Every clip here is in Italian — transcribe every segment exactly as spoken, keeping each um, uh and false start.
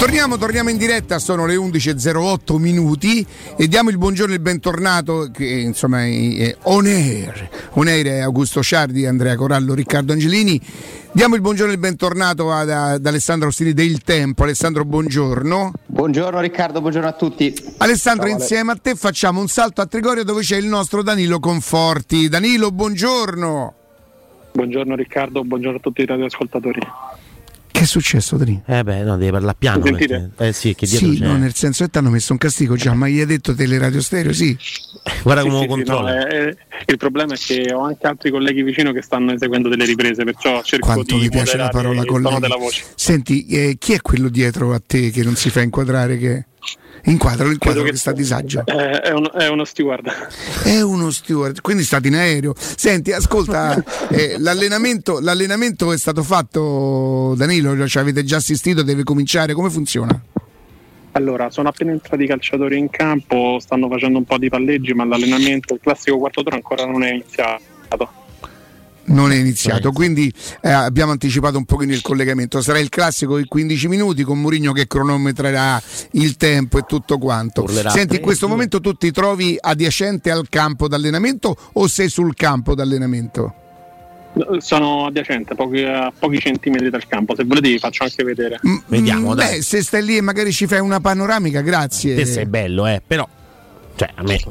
Torniamo, torniamo in diretta, sono le undici e zero otto minuti e diamo il buongiorno e il bentornato che insomma è on air. On air è Augusto Ciardi, Andrea Corallo, Riccardo Angelini. Diamo il buongiorno e il bentornato ad, ad Alessandro Ostini del Tempo. Alessandro, buongiorno. Buongiorno Riccardo, buongiorno a tutti. Alessandro, Ciao, insieme a te facciamo un salto a Trigoria dove c'è il nostro Danilo Conforti. Danilo, buongiorno. Buongiorno Riccardo, buongiorno a tutti i radioascoltatori. Che è successo, Danilo? Eh beh, no, devi parlare piano. Perché, eh sì, che dietro sì, c'è. No, nel senso che ti hanno messo un castigo già, ma gli hai detto teleradio stereo, sì. Guarda sì, come sì, lo controlla. Sì, no, eh, il problema è che ho anche altri colleghi vicino che stanno eseguendo delle riprese, perciò cerco Quanto di mi piace la parola colleghi. della voce. Senti, eh, chi è quello dietro a te che non si fa inquadrare? Che... Inquadralo, inquadralo che, che sta a disagio. Eh, è, uno, è uno steward. È uno steward, quindi state in aereo. Senti, ascolta, eh, l'allenamento, l'allenamento è stato fatto, Danilo, ci avete già assistito, deve cominciare, come funziona? Allora, sono appena entrati i calciatori in campo, stanno facendo un po' di palleggi, ma l'allenamento, il classico quarto d'ora ancora non è iniziato. Non è iniziato, quindi eh, abbiamo anticipato un pochino il collegamento. Sarà il classico i quindici minuti con Mourinho che cronometrerà il tempo e tutto quanto. Urlerà. Senti, in questo momento tu ti trovi adiacente al campo d'allenamento o sei sul campo d'allenamento? Sono adiacente, pochi, a pochi centimetri dal campo. Se volete vi faccio anche vedere. Mm, Vediamo, dai. Beh, se stai lì e magari ci fai una panoramica, grazie. Te sei bello, eh, però cioè a me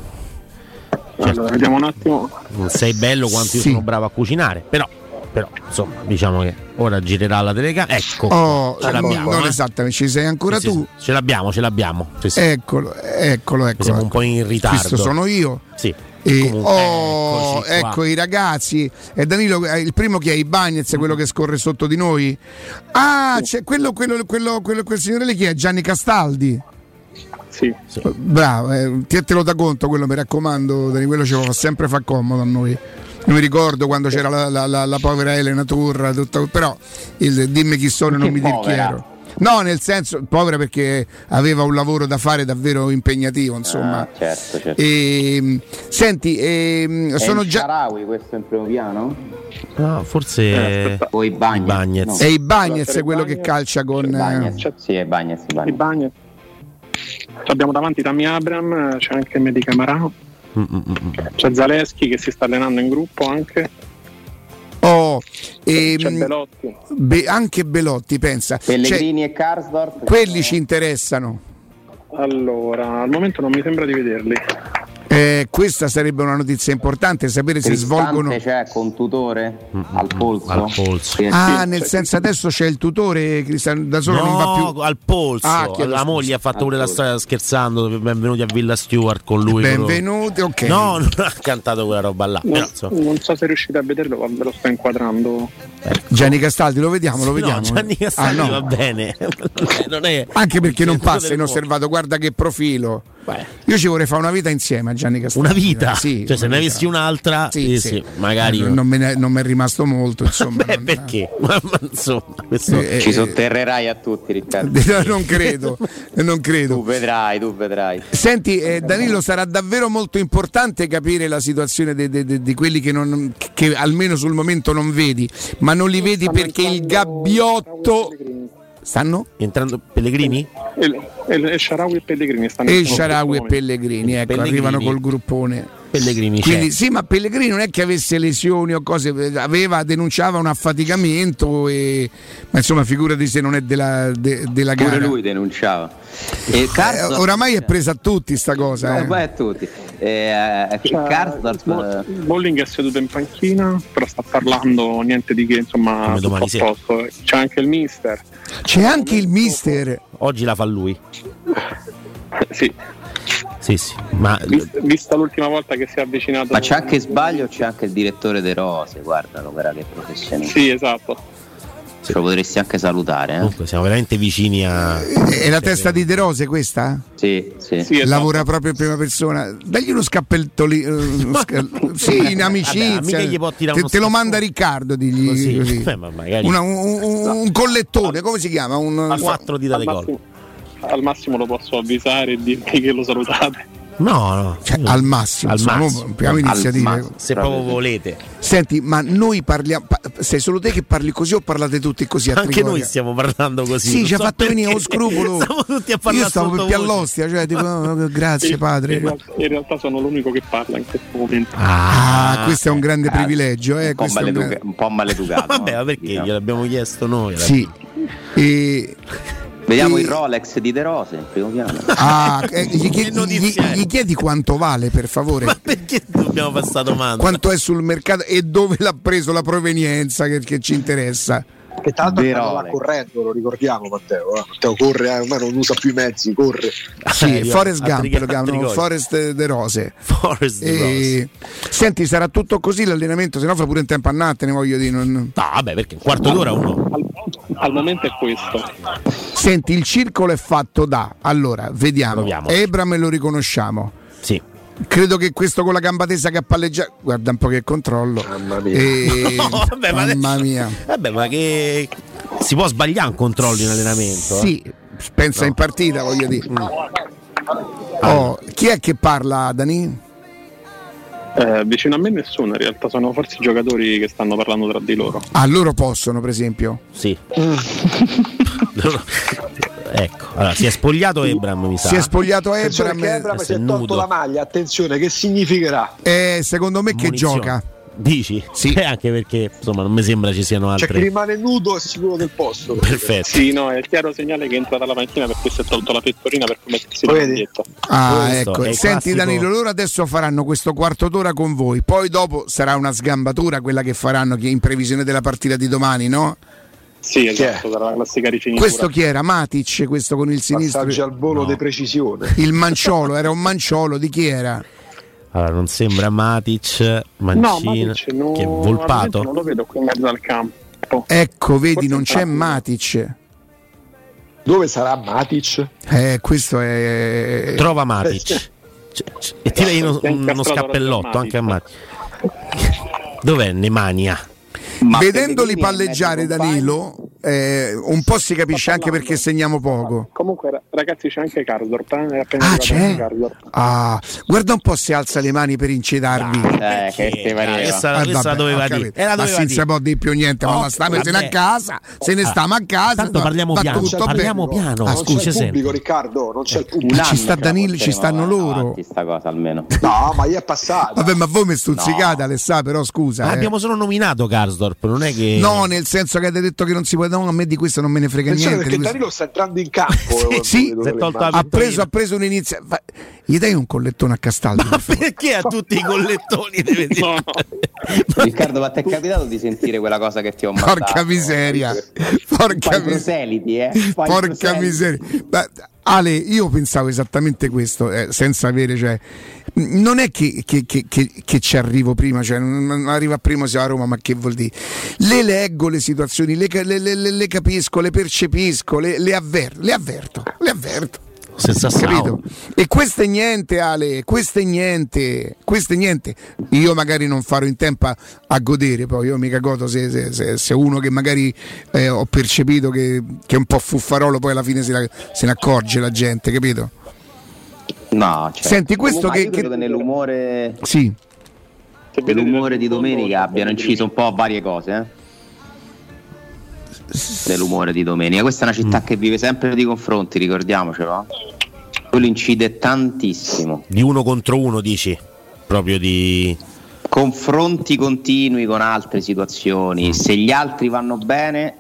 Certo. Allora, vediamo un attimo. non sei bello quanto io Sì. sono bravo a cucinare, però però insomma diciamo che ora girerà la telecamera. Ecco, Oh, ce l'abbiamo, non eh. esattamente, ci sei ancora Sì, sì, tu? sì, ce l'abbiamo, ce l'abbiamo. Sì, sì. Eccolo, eccolo, eccolo. Siamo un po' in ritardo. Questo sono io. Sì. E, Comunque, oh, eccoci qua. ecco i ragazzi. E Danilo, eh, il primo che è Ibañez, quello che scorre sotto di noi. Ah, c'è quello, quello, quello, quello, quel signore lì chi è? Gianni Castaldi. Sì. Sì. Bravo, eh, ti te lo da conto quello, mi raccomando, Dani, quello ci fa sempre fa comodo a noi. Io mi ricordo quando c'era la, la, la, la povera Elena Turra, tutto, però il dimmi chi sono e non Che mi dir chi povera? ero. No, nel senso, povera perché aveva un lavoro da fare davvero impegnativo, insomma. Ah, certo, certo. E, senti, e, È sono il già. Shaarawy questo in primo piano? No, forse Eh, O i Bagnets? Bagnets. No. È Ibañez Allora, quello che Ibañez- calcia con. Bagnets. Sì, è Bagnets, I Bagnets. bagni. Abbiamo davanti Tammy Abraham, c'è anche Medi Camarà, Mm, mm, mm. c'è Zaleschi che si sta allenando in gruppo anche, Oh, e, c'è Belotti. Be- anche Belotti, pensa. Pellegrini e Karsdorp? Cioè, quelli ci interessano. Allora, al momento non mi sembra di vederli. Eh, questa sarebbe una notizia importante, sapere se Cristante, svolgono. cioè con tutore al polso? Al polso. Sì, Ah, sì, nel sì. senso adesso c'è il tutore, Cristiano da solo non va No, più. al polso. Ah, chiedo la scusa. moglie ha fatto Al pure la polso. storia scherzando. Benvenuti a Villa Stewart con lui. Benvenuti, ok. No, non ha cantato quella roba là. Però, Non, insomma. non so se riuscite a vederlo, ma ve lo sto inquadrando. Gianni Castaldi, lo vediamo, lo vediamo. No, Gianni Castaldi Ah, no. va bene. Non è- non è- Anche perché non il tutore passa del inosservato, guarda che profilo. Beh, Io ci vorrei fare una vita insieme a Gianni Castaldi. una vita, Sì, cioè se una ne vita. avessi un'altra, Sì, eh, sì. sì, magari. Eh, non, me ne, non mi è rimasto molto, insomma. Beh, non- perché? Ma, ma insomma, questo. Eh, Ci eh, sotterrerai a tutti, Riccardo. non credo, non credo. Tu vedrai, tu vedrai. Senti, eh, Danilo, sarà davvero molto importante capire la situazione de- de- de- di quelli che, non, che almeno sul momento non vedi, ma non li vedi perché il gabbiotto. Stanno? Entrando Pellegrini? Il, il, il Shaarawy e Pellegrini stanno E in Shaarawy e gruppone. Pellegrini, ecco, Pellegrini. arrivano col gruppone. Pellegrini Quindi, c'è. sì, ma Pellegrini non è che avesse lesioni o cose, aveva, denunciava un affaticamento, e, ma insomma, figurati se non è della, de- della Pure gara. lui denunciava. E Eh, Karsdorp- oramai è presa a tutti sta cosa. Eh, eh. poi a tutti. Eh, Cioè, Karsdorp, Mo- eh, Bolling è seduto in panchina, però sta parlando niente di che, insomma, Come tutto domani a sera. posto. C'è anche il mister. C'è anche il mister. Oggi la fa lui. Sì, Sì, sì. Ma vista, vista l'ultima volta che si è avvicinato. ma c'è anche sbaglio, c'è anche il direttore De Rose, guardalo, guarda che professionista. Sì, esatto. Ce lo potresti anche salutare, eh? comunque siamo veramente vicini a. È la testa di De Rose questa? Sì, sì. Sì, esatto. Lavora proprio in prima persona. Dagli uno scappello lì, eh, uno sca- sì, in amicizia. Vabbè, mica gli può tirare te, uno te lo scappone. manda Riccardo, digli Così. così. Beh, ma magari- Una- un, un- un collettone, come si chiama? Un, a quattro dita al di gol. massimo, al massimo lo posso avvisare e dirgli che lo salutate. No, no, cioè, al massimo, al insomma, massimo. abbiamo iniziative. Se proprio volete. Senti, ma noi parliamo, pa- sei solo te che parli così o parlate tutti così a Anche Trigoria? noi stiamo parlando così. Sì, non ci ha so fatto perché. venire lo scrupolo. Stiamo tutti a parlare. Io stavo per sottovoce. Piallostia, cioè tipo oh, grazie padre. In realtà, in realtà sono l'unico che parla in questo momento. Ah, questo è un grande Ah, privilegio, eh, un, po questo è un maleduca- grande- un po' maleducato. Vabbè, ma no? perché Diciamo. gliel'abbiamo chiesto noi? Sì. E Vediamo e- il Rolex di De Rose, in primo piano. Ah, eh, gli, chiedi, Che notizia gli- è? gli chiedi quanto vale, per favore? Ma perché dobbiamo fare sta domanda? Quanto è sul mercato e dove l'ha preso, la provenienza che, che ci interessa? Che tra l'altro De va Rolex. correndo, lo ricordiamo Matteo. Eh. Matteo corre, eh, ormai non usa più i mezzi, corre. Sì, Eh, Forrest a Gump Trigoria- lo chiamano, a Trigoria. Forrest de Rose. Forest E... Senti, sarà tutto così l'allenamento, se no fa pure in tempo a nattene, voglio dire. Non... No, vabbè, perché un quarto d'ora uno. Al, al momento è questo. Senti, il circolo è fatto da, allora, vediamo, Proviamo. Ebram lo riconosciamo. Sì. Credo che questo con la gamba tesa che ha palleggiato, guarda un po' che controllo. Mamma mia. E... No, vabbè, ma Mamma adesso- mia. Vabbè, ma che si può sbagliare un controllo in allenamento? eh? Sì, pensa No. in partita, voglio dire. Oh, chi è che parla, Dani? Eh, vicino a me nessuno, in realtà sono forse i giocatori che stanno parlando tra di loro. Ah, loro possono, per esempio. Sì. Ecco, allora si è spogliato Ebram, mi sa. Si è spogliato Attenzione Ebram. che Ebram si si è è tolto nudo. la maglia, attenzione, che significherà? Eh, secondo me che Munizioni. gioca. Dici? Sì. Eh, anche perché insomma non mi sembra ci siano Cioè altre. che rimane nudo e sicuro del posto. Perfetto. Sì, no, è il chiaro segnale che è entrata la panchina perché si è tolto la pettorina per mettersi la Vedi? maglietta. Ah, Questo ecco. è il Senti classico- Danilo, loro adesso faranno questo quarto d'ora con voi, poi dopo sarà una sgambatura quella che faranno che in previsione della partita di domani, no? Sì, Chi esatto, è? sarà la classica ricinitura. Questo chi era? Matic, questo con il sinistro. Passaggi al volo No. di precisione. Il manciolo, era un manciolo, di chi era? Allora, non sembra Matic, No, Mancina, Matic no, che è al momento Volpato. non lo vedo qui in mezzo al campo. Ecco, vedi, Forse non un c'è attimo. Matic. Dove sarà Matic? Eh, questo è... Trova Matic. C- c- e tira uno, Si è uno incastrato scappellotto Matic. anche a Matic. Dov'è Nemanja? Ma Vedendoli Pellegrini è palleggiare, mezzo Danilo, eh, un po' si capisce anche perché segniamo poco. Comunque, ra- ragazzi, c'è anche Karsdorp. Eh? È appena Ah, arrivato c'è? anche Karsdorp. Ah, guarda un po' se alza le mani per incitarvi. Eh, che te pareva. Questa, Ah, questa vabbè, la doveva ho dire. capito. E la Ma doveva senza dire. può dire più niente, ma Oh, la stamane se ne vabbè. a casa, se ne Ah, stiamo a casa. tanto parliamo va piano, tutto parliamo bene. piano. Ah, non scusa, c'è il senti. pubblico, Riccardo, non c'è il pubblico. Un ci anno sta che la Danilo, ci porteremo stanno loro. avanti, sta cosa almeno. No, ma gli è passato. Vabbè, ma voi mi stuzzicate, No. Alessà, però scusa. Ma eh. abbiamo solo nominato Karsdorp, non è che. No, nel senso che avete detto che non si può. No, a me di questo non me ne frega Attenzione niente. perché di questo. Danilo sta entrando in campo. eh, Sì, vedo si è le tolto immagini. Ha preso, ha preso un inizio. Va- Gli dai un collettone a Castaldo. Ma perché a tutti i collettoni deve dire? No, Riccardo, ma ti è capitato di sentire quella cosa che ti ho mandato? Porca miseria. Porca Fai miseria. proseliti, eh? Fai Porca proseliti. miseria. Ma, Ale, io pensavo esattamente questo, eh, senza avere, cioè, non è che, che, che, che, che ci arrivo prima, cioè, non non arriva prima se a Roma, ma che vuol dire? Le leggo le situazioni, le, le, le, le capisco, le percepisco, le, le, avver- le avverto, le avverto. Senza Capito? E questo è niente, Ale, questo è niente, questo è niente. Io magari non farò in tempo a, a godere, poi io mica godo se, se, se, se uno che magari eh, ho percepito che, che è un po' fuffarolo, poi alla fine se, la, se ne accorge la gente, capito? No, cioè, Senti, questo comunque che- io credo che- che nell'umore, Sì, se vedete nell'umore di nel fondo, domenica abbiano inciso un po' varie cose, eh? Nell'umore di domenica. Questa è una città che vive sempre di confronti, ricordiamocelo. Quello incide tantissimo. Di uno contro uno, dici? Proprio di. Confronti continui con altre situazioni. Se gli altri vanno bene,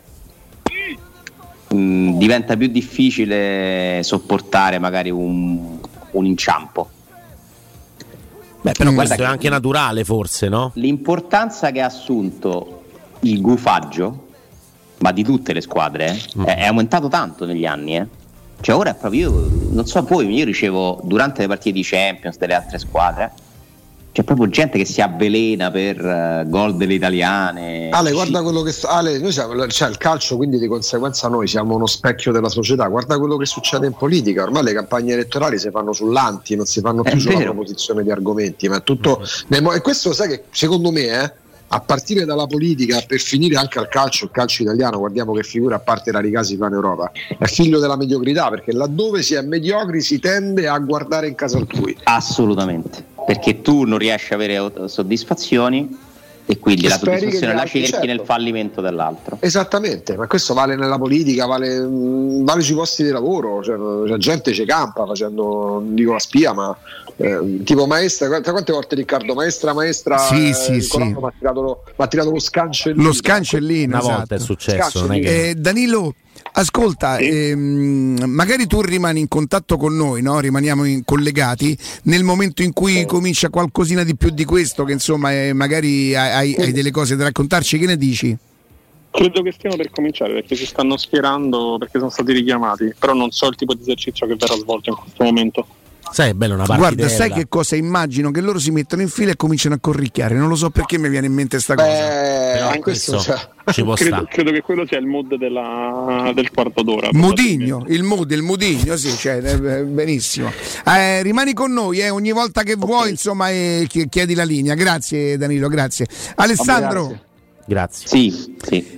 mh, diventa più difficile sopportare magari un, un inciampo. Beh, però Mm. questo è Guarda anche che- naturale, forse, no? L'importanza che ha assunto il gufaggio, ma di tutte le squadre, eh, Mm. è, è aumentato tanto negli anni. Eh. Cioè ora è proprio, io non so voi, io ricevo durante le partite di Champions delle altre squadre, c'è proprio gente che si avvelena per uh, gol delle italiane. Ale, guarda quello che sta. Ale, noi siamo, cioè il calcio, quindi di conseguenza noi siamo uno specchio della società. Guarda quello che succede in politica. Ormai le campagne elettorali si fanno sull'anti, non si fanno È più sulla vero. proposizione di argomenti, ma è tutto. nel mo- E questo sai che secondo me, eh, a partire dalla politica per finire anche al calcio, il calcio italiano, guardiamo che figura a parte Raricasi fa in Europa, è figlio della mediocrità, perché laddove si è mediocri si tende a guardare in casa altrui. Assolutamente, perché tu non riesci a avere soddisfazioni e quindi e la soddisfazione la cerchi, certo, nel fallimento dell'altro. Esattamente, ma questo vale nella politica, vale, vale sui posti di lavoro, cioè, la gente ci campa facendo, non dico la spia, ma eh, tipo maestra, quante volte Riccardo maestra maestra sì, eh, sì, sì. mi ha tirato lo, mi ha tirato lo scancellino, lo scancellino, una esatto. volta è successo, non è che... eh, Danilo, ascolta, ehm, magari tu rimani in contatto con noi, no? Rimaniamo in, collegati nel momento in cui sì. comincia qualcosina di più di questo, che insomma eh, magari hai, hai delle cose da raccontarci, che ne dici? Credo che stiano per cominciare, perché si stanno schierando, perché sono stati richiamati, però non so il tipo di esercizio che verrà svolto in questo momento. Sai, è bella una partitella. Guarda, sai che cosa immagino? Che loro si mettono in fila e cominciano a corricchiare. Non lo so perché mi viene in mente sta cosa. Beh, però questo questo ci può credo, stare. credo che quello sia il mood della, del quarto d'ora. Mudigno, il mood, il mudigno, sì, cioè, eh, benissimo. Eh, rimani con noi, eh, ogni volta che okay. vuoi, insomma, eh, chiedi la linea. Grazie Danilo, grazie. Alessandro. Grazie. Grazie. Sì, sì.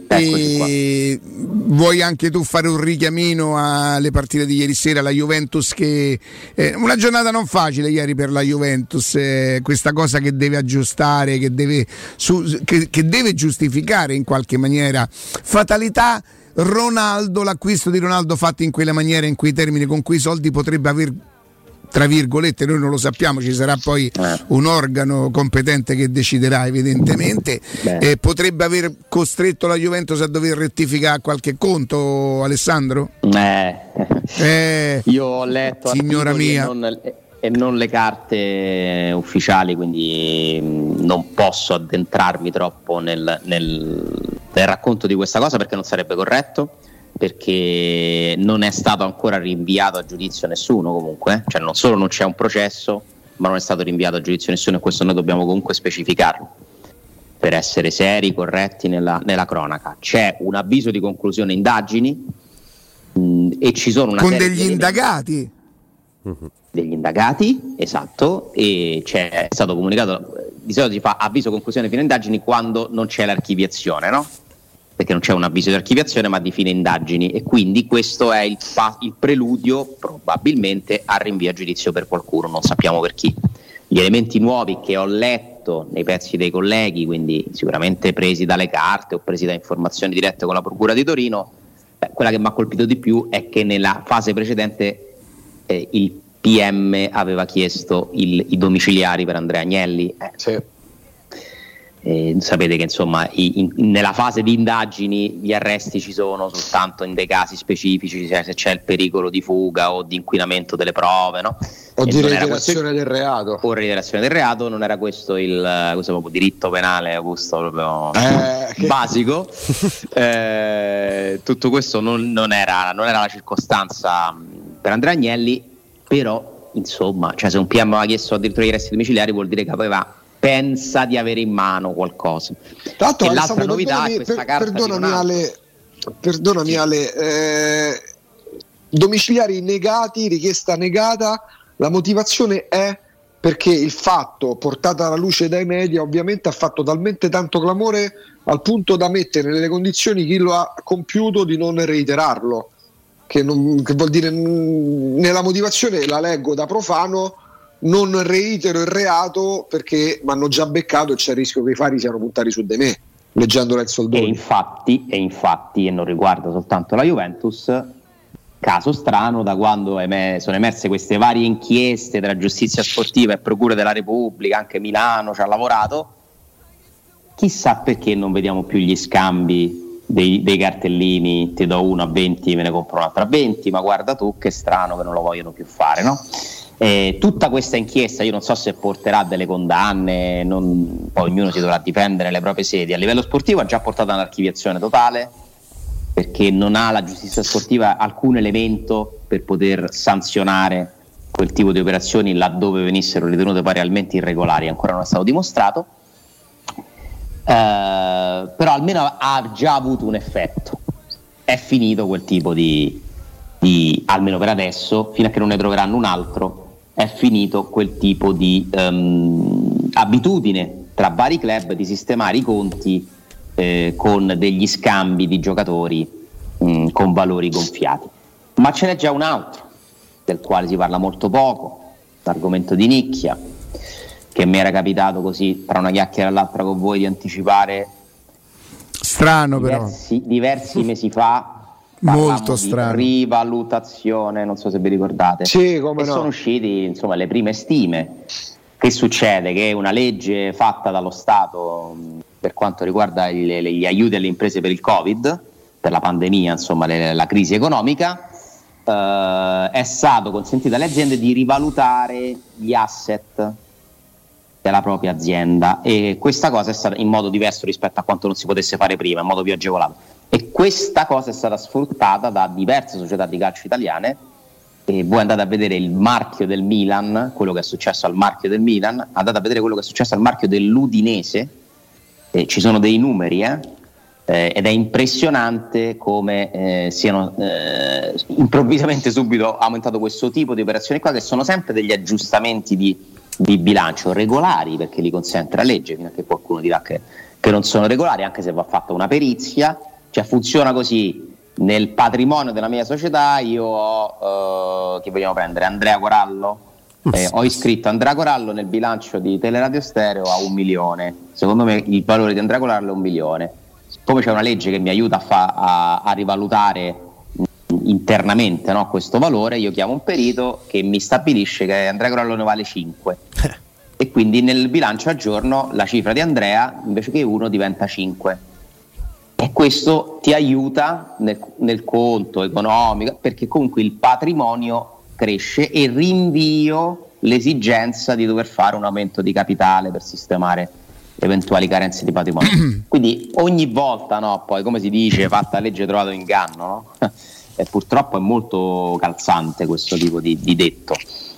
E vuoi anche tu fare un richiamino alle partite di ieri sera, la Juventus che eh, una giornata non facile ieri per la Juventus, eh, questa cosa che deve aggiustare, che deve, su, che, che deve giustificare in qualche maniera. Fatalità Ronaldo, l'acquisto di Ronaldo fatto in quella maniera, in quei termini, con quei soldi potrebbe aver, tra virgolette, noi non lo sappiamo, ci sarà poi un organo competente che deciderà evidentemente, eh, potrebbe aver costretto la Juventus a dover rettificare qualche conto, Alessandro? Eh, eh, io ho letto signora mia e non, e non le carte ufficiali, quindi non posso addentrarmi troppo nel, nel, nel racconto di questa cosa, perché non sarebbe corretto, perché non è stato ancora rinviato a giudizio nessuno comunque, cioè non solo non c'è un processo, ma non è stato rinviato a giudizio nessuno, e questo noi dobbiamo comunque specificarlo per essere seri, corretti nella, nella cronaca. C'è un avviso di conclusione indagini mh, e ci sono una con serie degli di indagati degli indagati, esatto, e c'è è stato comunicato, di solito si fa avviso conclusione fine indagini quando non c'è l'archiviazione, no? Perché non c'è un avviso di archiviazione ma di fine indagini, e quindi questo è il, pa- il preludio probabilmente al rinvio a giudizio per qualcuno, non sappiamo per chi. Gli elementi nuovi che ho letto nei pezzi dei colleghi, quindi sicuramente presi dalle carte o presi da informazioni dirette con la Procura di Torino, beh, quella che mi ha colpito di più è che nella fase precedente eh, il P M aveva chiesto il, i domiciliari per Andrea Agnelli. Eh. Sì. Eh, sapete che insomma i, in, nella fase di indagini gli arresti ci sono soltanto in dei casi specifici, cioè se c'è il pericolo di fuga o di inquinamento delle prove, no? O e di reiterazione del reato. O reiterazione del reato, non era questo il questo proprio diritto penale, Augusto, proprio eh, che... basico. eh, tutto questo non, non, era, non era la circostanza per Andrea Agnelli, però insomma, cioè se un P M aveva chiesto addirittura gli arresti domiciliari vuol dire che aveva pensa di avere in mano qualcosa. Tanto, e l'altra novità è questa per, carta perdonami di Ale, perdonami Ale eh, domiciliari negati, richiesta negata, la motivazione è perché il fatto portato alla luce dai media ovviamente ha fatto talmente tanto clamore al punto da mettere nelle condizioni chi lo ha compiuto di non reiterarlo, che, non, che vuol dire, nella motivazione la leggo da profano: non reitero il reato perché mi hanno già beccato e c'è il rischio che i fari siano puntati su di me, leggendola in soldoni. E infatti, e infatti, e non riguarda soltanto la Juventus, caso strano, da quando eme- sono emerse queste varie inchieste tra giustizia sportiva e procure della Repubblica, anche Milano ci ha lavorato, chissà perché non vediamo più gli scambi dei, dei cartellini, ti do uno a venti, me ne compro un altro a venti, ma guarda tu che strano che non lo vogliono più fare, no? Eh, tutta questa inchiesta io non so se porterà delle condanne, non, poi ognuno si dovrà difendere le proprie sedi. A livello sportivo ha già portato all'archiviazione totale, perché non ha la giustizia sportiva alcun elemento per poter sanzionare quel tipo di operazioni laddove venissero ritenute poi realmente irregolari, ancora non è stato dimostrato, eh, però almeno ha già avuto un effetto, è finito quel tipo di, di almeno per adesso, fino a che non ne troveranno un altro, è finito quel tipo di um, abitudine tra vari club di sistemare i conti eh, con degli scambi di giocatori mh, con valori gonfiati. Ma ce n'è già un altro del quale si parla molto poco, l'argomento di nicchia, che mi era capitato così tra una chiacchiera e l'altra con voi di anticipare strano diversi, però diversi mesi fa, molto strano, di rivalutazione, non so se vi ricordate, sì, come e no. sono usciti insomma le prime stime. Che succede? Che una legge fatta dallo Stato mh, per quanto riguarda il, gli aiuti alle imprese per il Covid, per la pandemia, insomma le, la crisi economica, Uh, è stato consentito alle aziende di rivalutare gli asset della propria azienda, e questa cosa è stata in modo diverso rispetto a quanto non si potesse fare prima, in modo più agevolato, e questa cosa è stata sfruttata da diverse società di calcio italiane. E voi andate a vedere il marchio del Milan, quello che è successo al marchio del Milan, andate a vedere quello che è successo al marchio dell'Udinese, e ci sono dei numeri eh Eh, ed è impressionante come eh, siano eh, improvvisamente subito aumentato questo tipo di operazioni qua, che sono sempre degli aggiustamenti di, di bilancio regolari, perché li consente la legge, fino a che qualcuno dirà che, che non sono regolari, anche se va fatta una perizia. Cioè funziona così. Nel patrimonio della mia società io ho eh, chi vogliamo prendere? Andrea Corallo. Eh, ho iscritto Andrea Corallo nel bilancio di Teleradio Stereo a un milione. Secondo me il valore di Andrea Corallo è un milione. Come c'è una legge che mi aiuta a, fa, a, a rivalutare internamente, no, questo valore, io chiamo un perito che mi stabilisce che Andrea Corallo ne vale cinque e quindi nel bilancio a giorno la cifra di Andrea invece che uno diventa cinque, e questo ti aiuta nel, nel conto economico, perché comunque il patrimonio cresce e rinvio l'esigenza di dover fare un aumento di capitale per sistemare eventuali carenze di patrimonio. Quindi ogni volta, no, poi come si dice, fatta legge trovato inganno, no? E purtroppo è molto calzante questo tipo di, di detto,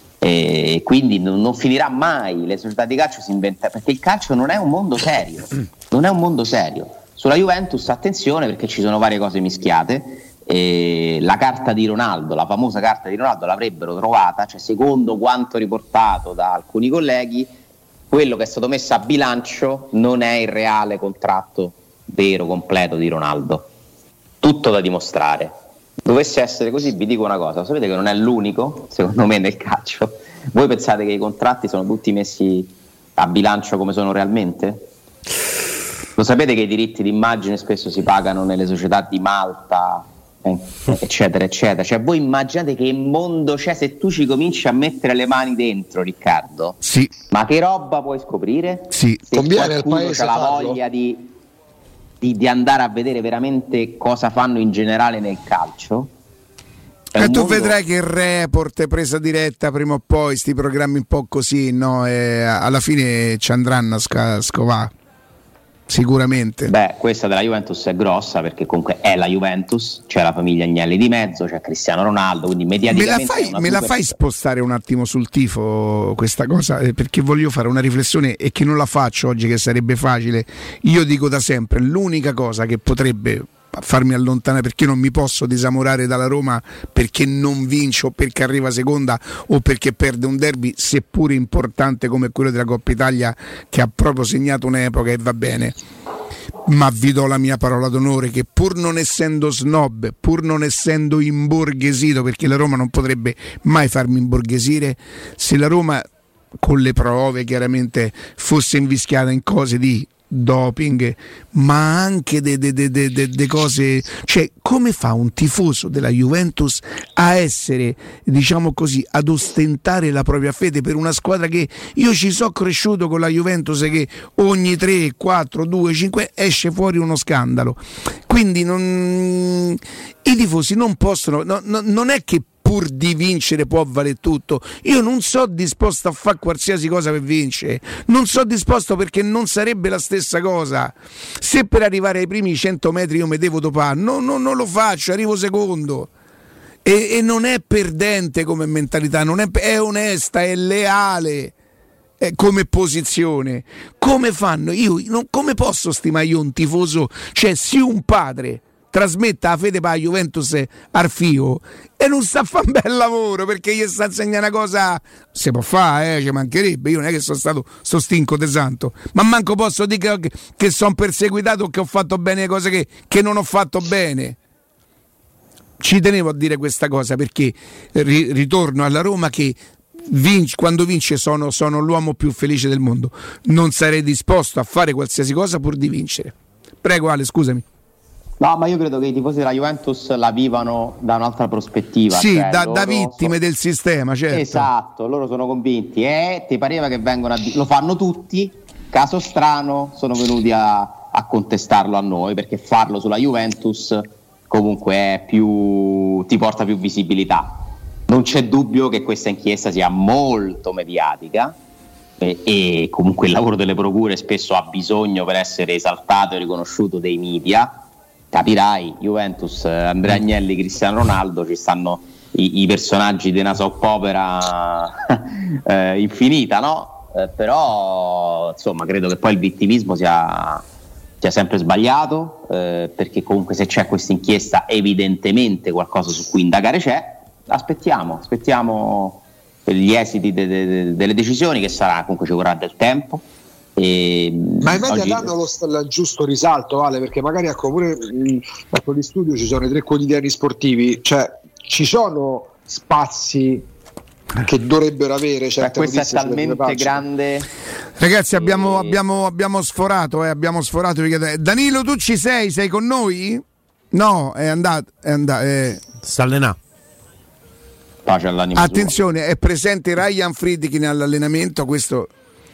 e quindi non, non finirà mai. Le società di calcio si inventano, perché il calcio non è un mondo serio, non è un mondo serio. Sulla Juventus attenzione, perché ci sono varie cose mischiate. E la carta di Ronaldo, la famosa carta di Ronaldo, l'avrebbero trovata, cioè secondo quanto riportato da alcuni colleghi, quello che è stato messo a bilancio non è il reale contratto vero, completo di Ronaldo. Tutto da dimostrare. Dovesse essere così, vi dico una cosa, sapete che non è l'unico, secondo me, nel calcio. Voi pensate che i contratti sono tutti messi a bilancio come sono realmente? Lo sapete che i diritti d'immagine spesso si pagano nelle società di Malta, eh, eccetera, eccetera. Cioè voi immaginate che mondo c'è se tu ci cominci a mettere le mani dentro, Riccardo? Sì. Ma che roba puoi scoprire? Sì. Se conviene al qualcuno paese ha la farlo. voglia di, di, di andare a vedere veramente cosa fanno in generale nel calcio. È E un tu mondo... vedrai che il report, presa diretta, prima o poi, sti programmi un po' così, no? E alla fine ci andranno a sca- scovare. Sicuramente. Beh, questa della Juventus è grossa, perché comunque è la Juventus, c'è la famiglia Agnelli di mezzo, c'è Cristiano Ronaldo, quindi Me la, mediaticamente fai, è una me la super... fai spostare un attimo sul tifo questa cosa, eh, perché voglio fare una riflessione e che non la faccio oggi, che sarebbe facile. Io dico da sempre, l'unica cosa che potrebbe farmi allontanare, perché io non mi posso disamorare dalla Roma perché non vince o perché arriva seconda o perché perde un derby, seppure importante come quello della Coppa Italia, che ha proprio segnato un'epoca, e va bene. Ma vi do la mia parola d'onore che, pur non essendo snob, pur non essendo imborghesito, perché la Roma non potrebbe mai farmi imborghesire, se la Roma, con le prove chiaramente, fosse invischiata in cose di doping, ma anche de, de, de, de, de, de cose, cioè come fa un tifoso della Juventus a essere, diciamo così, ad ostentare la propria fede per una squadra che io ci so cresciuto con la Juventus, che ogni tre, quattro, due, cinque esce fuori uno scandalo. Quindi non, i tifosi non possono, no, no, non è che pur di vincere può valere tutto. Io non so disposto a fare qualsiasi cosa per vincere, non so disposto, perché non sarebbe la stessa cosa. Se per arrivare ai primi cento metri io mi devo dopare, no, no, non lo faccio, arrivo secondo. E, e non è perdente come mentalità, non è, è onesta, è leale eh, come posizione. Come fanno? Io non, come posso stimare io un tifoso, cioè sì, un padre, trasmetta la fede per la Juventus al fio e non sa fare un bel lavoro, perché gli sta insegnando una cosa, si può fare, eh, ci mancherebbe, io non è che sono stato sto stinco de santo, ma manco posso dire che, che sono perseguitato o che ho fatto bene le cose che, che non ho fatto bene. Ci tenevo a dire questa cosa perché ri, ritorno alla Roma che vince, quando vince sono, sono l'uomo più felice del mondo, non sarei disposto a fare qualsiasi cosa pur di vincere. Prego Ale, scusami. No, ma io credo che i tifosi della Juventus la vivano da un'altra prospettiva. Sì, cioè da, da vittime sono... del sistema, certo. Esatto, loro sono convinti e ti pareva che vengono a... lo fanno tutti, caso strano sono venuti a, a contestarlo a noi, perché farlo sulla Juventus comunque è più, ti porta più visibilità. Non c'è dubbio che questa inchiesta sia molto mediatica e, e comunque il lavoro delle procure spesso ha bisogno, per essere esaltato e riconosciuto, dei media. Capirai, Juventus, Andrea Agnelli, Cristiano Ronaldo, ci stanno i, i personaggi di una soap opera eh, infinita, no? Eh, però insomma credo che poi il vittimismo sia, sia sempre sbagliato, eh, perché comunque se c'è questa inchiesta evidentemente qualcosa su cui indagare c'è. Aspettiamo, aspettiamo gli esiti de, de, de, delle decisioni, che sarà, comunque ci vorrà del tempo. E ma i media oggi... danno lo, il giusto risalto, Ale, perché magari ecco pure ecco, di studio ci sono i tre quotidiani sportivi, cioè ci sono spazi che dovrebbero avere certe questa è talmente grande, ragazzi, abbiamo, e... abbiamo, abbiamo sforato eh, abbiamo sforato. Danilo, tu ci sei? Sei con noi? No, è andato, è andato eh. sta allenando. Pace all'anima attenzione sua. È presente Ryan Friedkin all'allenamento, questo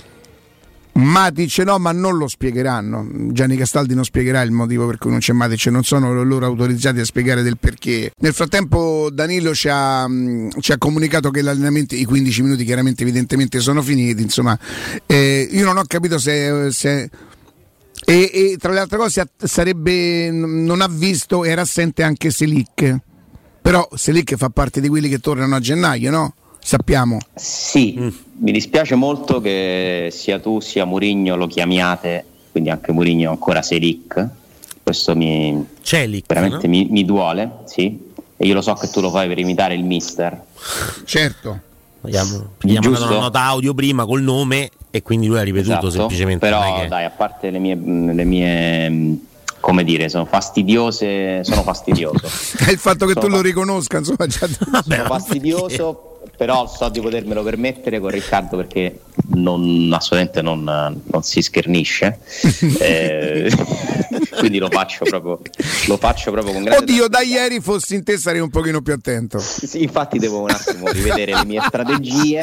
Matic no, ma non lo spiegheranno. Gianni Castaldi non spiegherà il motivo per cui non c'è Matic, non sono loro autorizzati a spiegare del perché. Nel frattempo Danilo ci ha, mh, ci ha comunicato che l'allenamento, i quindici minuti chiaramente evidentemente sono finiti, insomma eh, io non ho capito se, se e, e tra le altre cose sarebbe, non ha visto, era assente anche Selic, però Selic fa parte di quelli che tornano a gennaio, no? Sappiamo. Sì, mm. mi dispiace molto che sia tu sia Mourinho lo chiamiate, quindi anche Mourinho ancora Selic. Questo mi Celic, veramente no? mi, mi duole, sì. E io lo so che tu lo fai per imitare il mister. Certo. Gli ha mandato una nota audio prima col nome e quindi lui ha ripetuto, esatto, semplicemente. Però che... dai, a parte le mie, le mie come dire, sono fastidiose, sono fastidioso. Il fatto che sono tu fa- lo riconosca, insomma, già... Vabbè, sono fastidioso. Però so di potermelo permettere con Riccardo, perché non, assolutamente non, non si schernisce, eh, quindi lo faccio proprio lo faccio proprio con grande oddio, da ieri fossi in te sarei un pochino più attento. Sì, infatti devo un attimo rivedere le mie strategie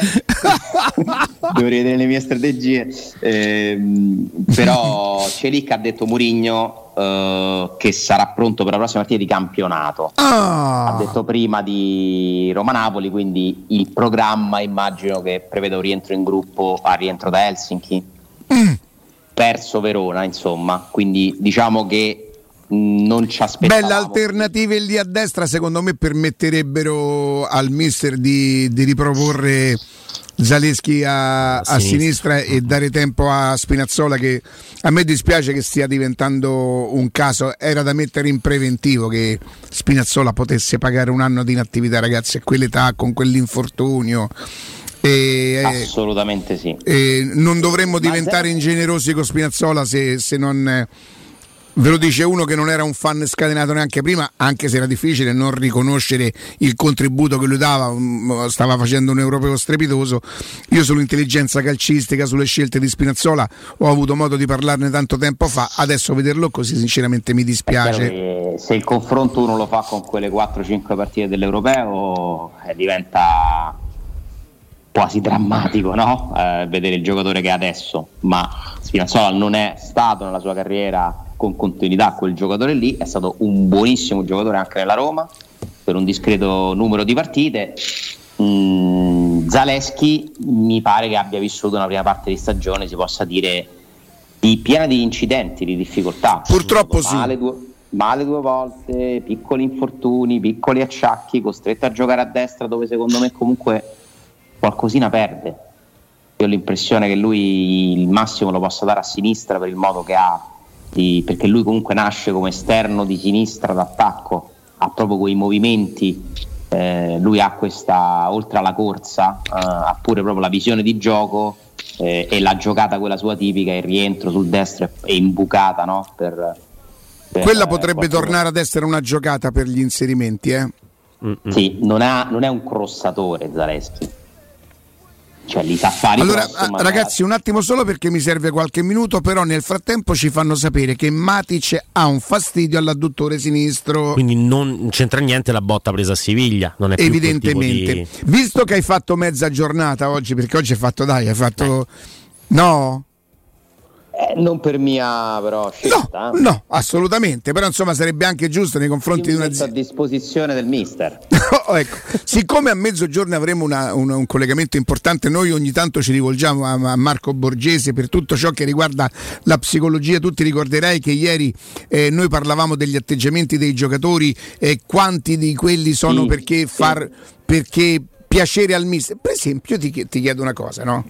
devo rivedere le mie strategie eh, però Celic ha detto Mourinho Uh, che sarà pronto per la prossima partita di campionato. Ah. Ha detto prima di Roma-Napoli, quindi il programma immagino che preveda un rientro in gruppo a rientro da Helsinki, mm. perso Verona, insomma, quindi diciamo che mh, non ci aspettavamo. Belle alternative lì a destra secondo me permetterebbero al mister di, di riproporre Zaleschi a, a, a sinistra. sinistra e dare tempo a Spinazzola, che a me dispiace che stia diventando un caso. Era da mettere in preventivo che Spinazzola potesse pagare un anno di inattività, ragazzi, a quell'età, con quell'infortunio. E, assolutamente sì. E non dovremmo diventare ingenerosi con Spinazzola se, se non... Ve lo dice uno che non era un fan scatenato neanche prima, anche se era difficile non riconoscere il contributo che lui dava, stava facendo un europeo strepitoso. Io sull'intelligenza calcistica, sulle scelte di Spinazzola ho avuto modo di parlarne tanto tempo fa, adesso vederlo così sinceramente mi dispiace. Se il confronto uno lo fa con quelle quattro cinque partite dell'europeo eh, diventa quasi drammatico, no? Eh, vedere il giocatore che è adesso, ma Spinazzola non è stato nella sua carriera con continuità quel giocatore lì, è stato un buonissimo giocatore anche nella Roma per un discreto numero di partite. mm, Zaleschi mi pare che abbia vissuto una prima parte di stagione, si possa dire, di piena di incidenti, di difficoltà, purtroppo sì, male due, male due volte, piccoli infortuni, piccoli acciacchi, costretto a giocare a destra dove secondo me comunque qualcosina perde. Io ho l'impressione che lui il massimo lo possa dare a sinistra per il modo che ha di, perché lui comunque nasce come esterno di sinistra d'attacco, ha proprio quei movimenti, eh, lui ha questa, oltre alla corsa, eh, ha pure proprio la visione di gioco, eh, e la giocata quella sua tipica, il rientro sul destro e imbucata, no? Per, per, quella potrebbe qualcuno. tornare ad essere una giocata per gli inserimenti, eh? Sì, non, ha, non è un crossatore Zaleschi, cioè li sa fare. Allora cross, ah, ragazzi, un attimo solo perché mi serve qualche minuto, però nel frattempo ci fanno sapere che Matic ha un fastidio all'adduttore sinistro, quindi non c'entra niente la botta presa a Siviglia, non è più evidentemente di... visto che hai fatto mezza giornata oggi, perché oggi hai fatto, dai, hai fatto no? Eh, non per mia però scelta. No, no, assolutamente, però insomma sarebbe anche giusto nei confronti di una a disposizione del mister. Oh, ecco. Siccome a mezzogiorno avremo una, una, un collegamento importante, noi ogni tanto ci rivolgiamo a, a Marco Borgese per tutto ciò che riguarda la psicologia. Tu ti ricorderai che ieri eh, noi parlavamo degli atteggiamenti dei giocatori e eh, quanti di quelli sono sì, perché sì. far perché piacere al mister. Per esempio ti, ti chiedo una cosa, no?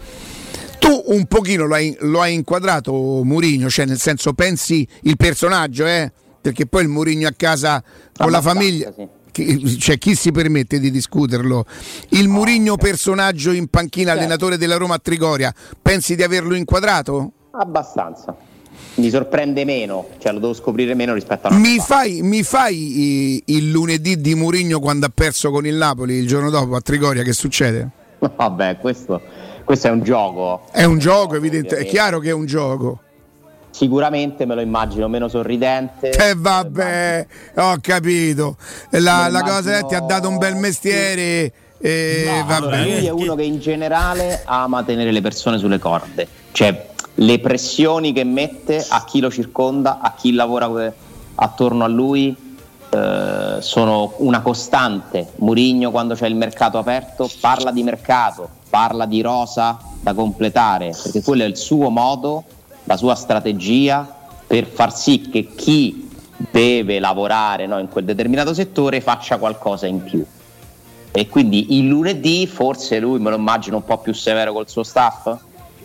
Tu un pochino lo hai, lo hai inquadrato Mourinho, cioè nel senso pensi il personaggio, eh? Perché poi il Mourinho a casa con la famiglia, sì. chi, cioè chi si permette di discuterlo? Il Mourinho personaggio in panchina, certo. allenatore della Roma a Trigoria, pensi di averlo inquadrato? Abbastanza. Mi sorprende meno, cioè lo devo scoprire meno rispetto a mi fai, mi fai il lunedì di Mourinho quando ha perso con il Napoli il giorno dopo a Trigoria, che succede? Vabbè, questo, questo è un gioco. È un gioco, evidente, è chiaro che è un gioco. Sicuramente me lo immagino meno sorridente. Eh vabbè, ho capito. La, la cosa è ti ha dato un bel mestiere. E no, vabbè. Lui è uno che in generale ama tenere le persone sulle corde. Cioè le pressioni che mette a chi lo circonda, a chi lavora attorno a lui, eh, sono una costante. Mourinho quando c'è il mercato aperto parla di mercato, parla di rosa da completare, perché quello è il suo modo, la sua strategia per far sì che chi deve lavorare, no, in quel determinato settore faccia qualcosa in più. E quindi il lunedì forse lui me lo immagino un po' più severo col suo staff,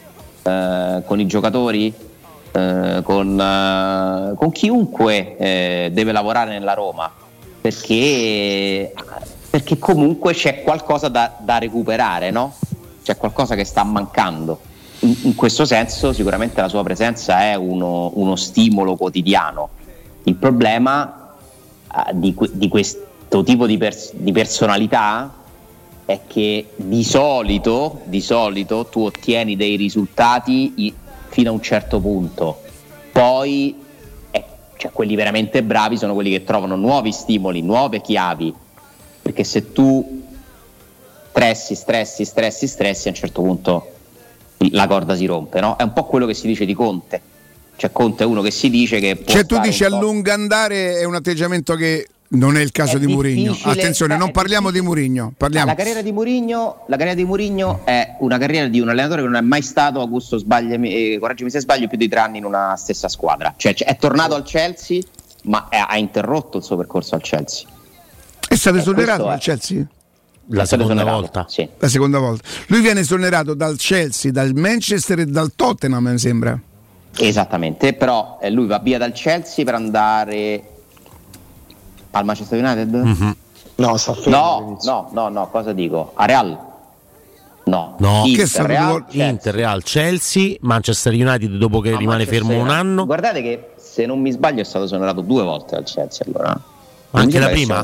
eh, con i giocatori, eh, con, eh, con chiunque eh, deve lavorare nella Roma, perché, perché comunque c'è qualcosa da, da recuperare, no? C'è qualcosa che sta mancando. In, in questo senso sicuramente la sua presenza è uno, uno stimolo quotidiano. Il problema uh, di, di questo tipo di, pers- di personalità è che di solito, di solito tu ottieni dei risultati i- fino a un certo punto, poi eh, cioè, quelli veramente bravi sono quelli che trovano nuovi stimoli, nuove chiavi, perché se tu stressi, stressi, stressi, stressi a un certo punto la corda si rompe, no? È un po' quello che si dice di Conte. Cioè Conte è uno che si dice che può, cioè tu dici a po'... lungo andare è un atteggiamento che non è il caso è di Mourinho. Attenzione, non parliamo di Mourinho, parliamo. La carriera di Mourinho, la carriera di Mourinho è una carriera di un allenatore che non è mai stato, Augusto sbagliami, eh, correggimi se sbaglio, più di tre anni in una stessa squadra. Cioè è tornato al Chelsea, ma è, ha interrotto il suo percorso al Chelsea. È stato esonerato al Chelsea? La seconda volta, sì. La seconda volta. Lui viene esonerato dal Chelsea, dal Manchester e dal Tottenham, mi sembra. Esattamente, però eh, lui va via dal Chelsea per andare al Manchester United? Mm-hmm. No, sta fermo no, no, no, no, cosa dico? A Real? No, no. Inter, Che Real, Chelsea. Inter, Real, Chelsea, Manchester United dopo che ah, rimane Manchester fermo un anno. Guardate che se non mi sbaglio è stato esonerato due volte dal Chelsea, allora. Anche la prima?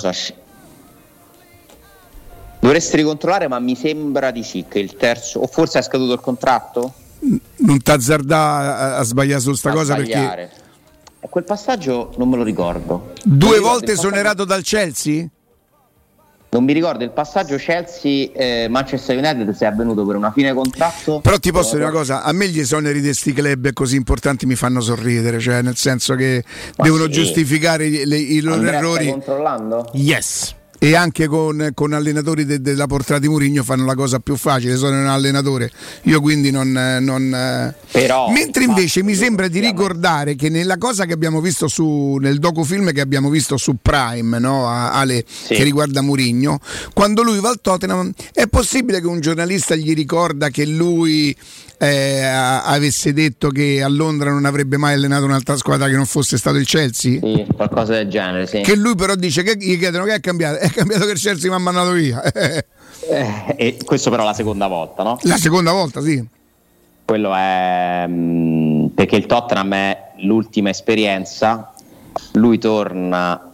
Dovresti ricontrollare, ma mi sembra di sì, che il terzo, o forse è scaduto il contratto? Non t'azzardà a, a sbagliare su sta a cosa sbagliare. Perché e quel passaggio non me lo ricordo. Due volte esonerato dal Chelsea? Non mi ricordo il passaggio Chelsea eh, Manchester United, se è avvenuto per una fine contratto. Però ti posso dire una cosa, a me gli esoneri di sti club così importanti mi fanno sorridere, cioè nel senso che ma devono sì. giustificare le, i loro Andrea, errori. Stai controllando? Yes. e anche con, con allenatori de, della portata di Mourinho fanno la cosa più facile, sono un allenatore, io quindi non, non però mentre invece mi sembra di ricordare che nella cosa che abbiamo visto su nel docufilm che abbiamo visto su Prime, no, Ale, sì, che riguarda Mourinho, quando lui va al Tottenham, è possibile che un giornalista gli ricorda che lui eh, avesse detto che a Londra non avrebbe mai allenato un'altra squadra che non fosse stato il Chelsea? Sì, qualcosa del genere, sì. Che lui però dice che gli chiedono che è cambiato, è cambiato che il Chelsea mi ha mandato via. eh, e questo però la seconda volta, no? La seconda volta, sì. Quello è mh, perché il Tottenham è l'ultima esperienza, lui torna.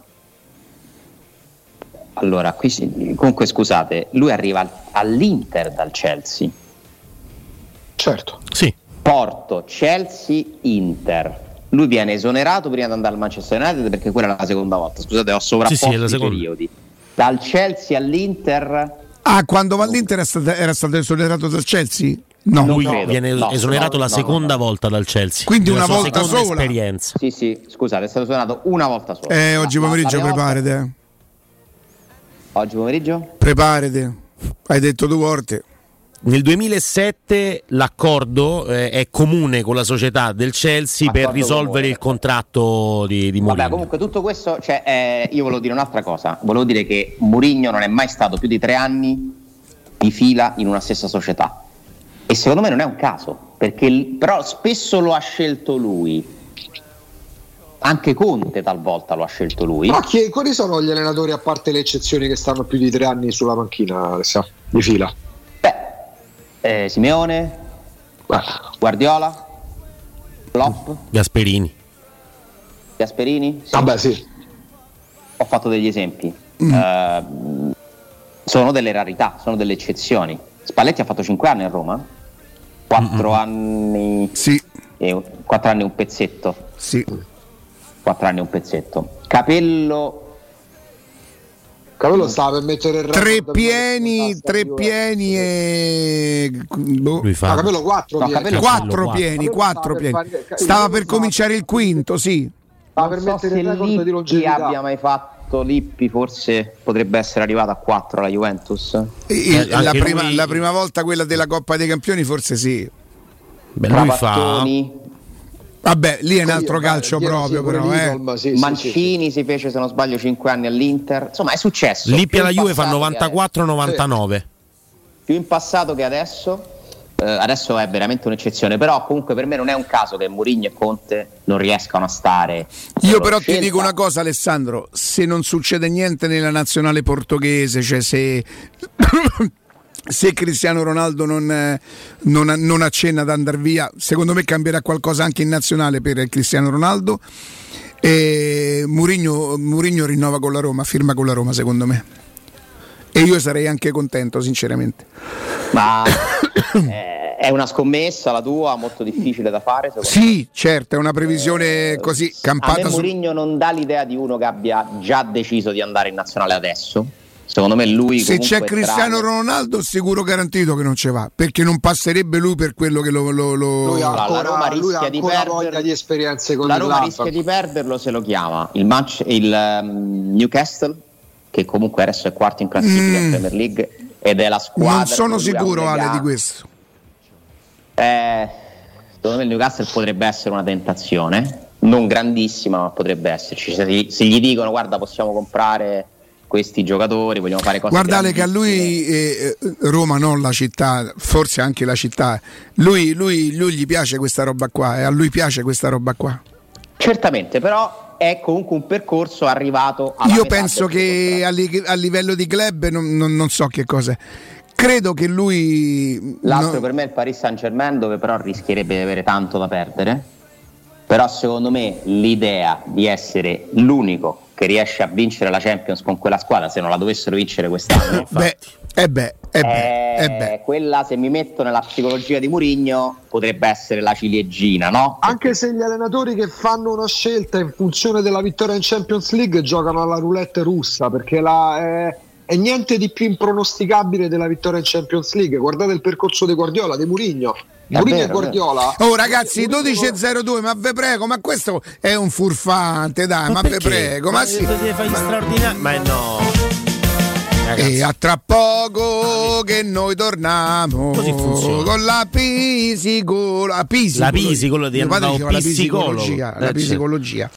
Allora, qui si... comunque scusate, lui arriva all'Inter dal Chelsea. Certo. Sì. Porto, Chelsea, Inter. Lui viene esonerato prima di andare al Manchester United perché quella è la seconda volta. Scusate, ho sovrapposto sì, sì, i periodi. Dal Chelsea all'Inter. Ah, quando va all'Inter era stato, era stato esonerato dal Chelsea? No, lui no, viene no, esonerato no, la no, seconda no, no. volta dal Chelsea. Quindi una volta sola. Esperienza. Sì, sì, scusate, è stato esonerato una volta sola. Eh, oggi la, pomeriggio la preparate. Volta... Oggi pomeriggio? Preparate. Hai detto due volte. Nel duemilasette l'accordo eh, è comune con la società del Chelsea accordo per risolvere comune. Il contratto di, di Mourinho. Vabbè, comunque tutto questo, cioè, eh, io volevo dire un'altra cosa. Volevo dire che Mourinho non è mai stato più di tre anni di fila in una stessa società. E secondo me non è un caso, perché però spesso lo ha scelto lui. Anche Conte talvolta lo ha scelto lui. Ma chi, quali sono gli allenatori, a parte le eccezioni, che stanno più di tre anni sulla panchina di fila? Eh, Simeone, Guardiola, Klopp, Gasperini. Gasperini? Sì. Vabbè, sì. Ho fatto degli esempi. Mm. Eh, sono delle rarità, sono delle eccezioni. Spalletti ha fatto cinque anni a Roma, quattro mm-hmm. anni sì. e quattro anni e un pezzetto. Sì. quattro anni e un pezzetto. Capello Capello stava per mettere il tre pieni, tre pieni e boh. Lui fa... no, Capello quattro no, pieni. Capello quattro pieni, quattro pieni. Stava per cominciare il quinto, sì. Stava per so mettere il record di longevità. Chi abbia mai fatto Lippi, forse potrebbe essere arrivato a quattro alla Juventus. E, la, prima, lui... la prima volta quella della Coppa dei Campioni forse sì. Beh, lui fa Vabbè, lì è un altro Io, calcio beh, proprio, però. Eh. Sì, Mancini sì, sì. si fece, se non sbaglio, cinque anni all'Inter. Insomma, è successo. Lippi alla Juve fa novantaquattro novantanove. Sì. Più in passato che adesso. Eh, adesso è veramente un'eccezione. Però, comunque, per me non è un caso che Mourinho e Conte non riescano a stare. Io, però, scelta. Ti dico una cosa, Alessandro: se non succede niente nella nazionale portoghese, cioè se. Se Cristiano Ronaldo non, non, non accenna ad andare via, secondo me cambierà qualcosa anche in nazionale per Cristiano Ronaldo. E Mourinho, Mourinho rinnova con la Roma, firma con la Roma, secondo me. E io sarei anche contento, sinceramente. Ma eh, è una scommessa la tua, molto difficile da fare? Sì, me. certo, è una previsione eh, così campata. A me Mourinho su... non dà l'idea di uno che abbia già deciso di andare in nazionale adesso. Secondo me lui se c'è Cristiano trave. Ronaldo sicuro garantito che non ce va, perché non passerebbe lui per quello che lo, lo, lo... Lui ha ancora, la Roma rischia di perderlo di esperienze con la Roma rischia di perderlo se lo chiama il, match, il um, Newcastle, che comunque adesso è quarto in classifica in mm. Premier League ed è la squadra. Non sono sicuro Ale di questo. Eh, secondo me il Newcastle potrebbe essere una tentazione, non grandissima, ma potrebbe esserci. Se, se gli dicono guarda possiamo comprare questi giocatori, vogliamo fare cose. Guardate che a lui eh, Roma, non la città, forse anche la città, lui, lui, lui gli piace questa roba qua, e a lui piace questa roba qua. Certamente, però è comunque un percorso arrivato alla Io penso che a, li, a livello di club non, non, non so che cos'è. Credo che lui l'altro no... per me è il Paris Saint-Germain, dove però rischierebbe di avere tanto da perdere. Però secondo me l'idea di essere l'unico che riesce a vincere la Champions con quella squadra, se non la dovessero vincere quest'anno, beh, eh beh, eh beh, eh, eh beh. quella, se mi metto nella psicologia di Mourinho, potrebbe essere la ciliegina, no? Anche se gli allenatori che fanno una scelta in funzione della vittoria in Champions League giocano alla roulette russa, perché la, è, è niente di più impronosticabile della vittoria in Champions League. Guardate il percorso di Guardiola, di Mourinho. Mourinho e Guardiola. Oh ragazzi, dodici e zero due, ma ve prego, ma questo è un furfante, dai, ma, ma ve prego, ma, ma sì. Ma no. ragazzi. E a tra poco che noi torniamo Così funziona. con la pisicologia. La pisicologia, Mio padre no, diceva la psicologo. psicologia, Eh, la certo. psicologia.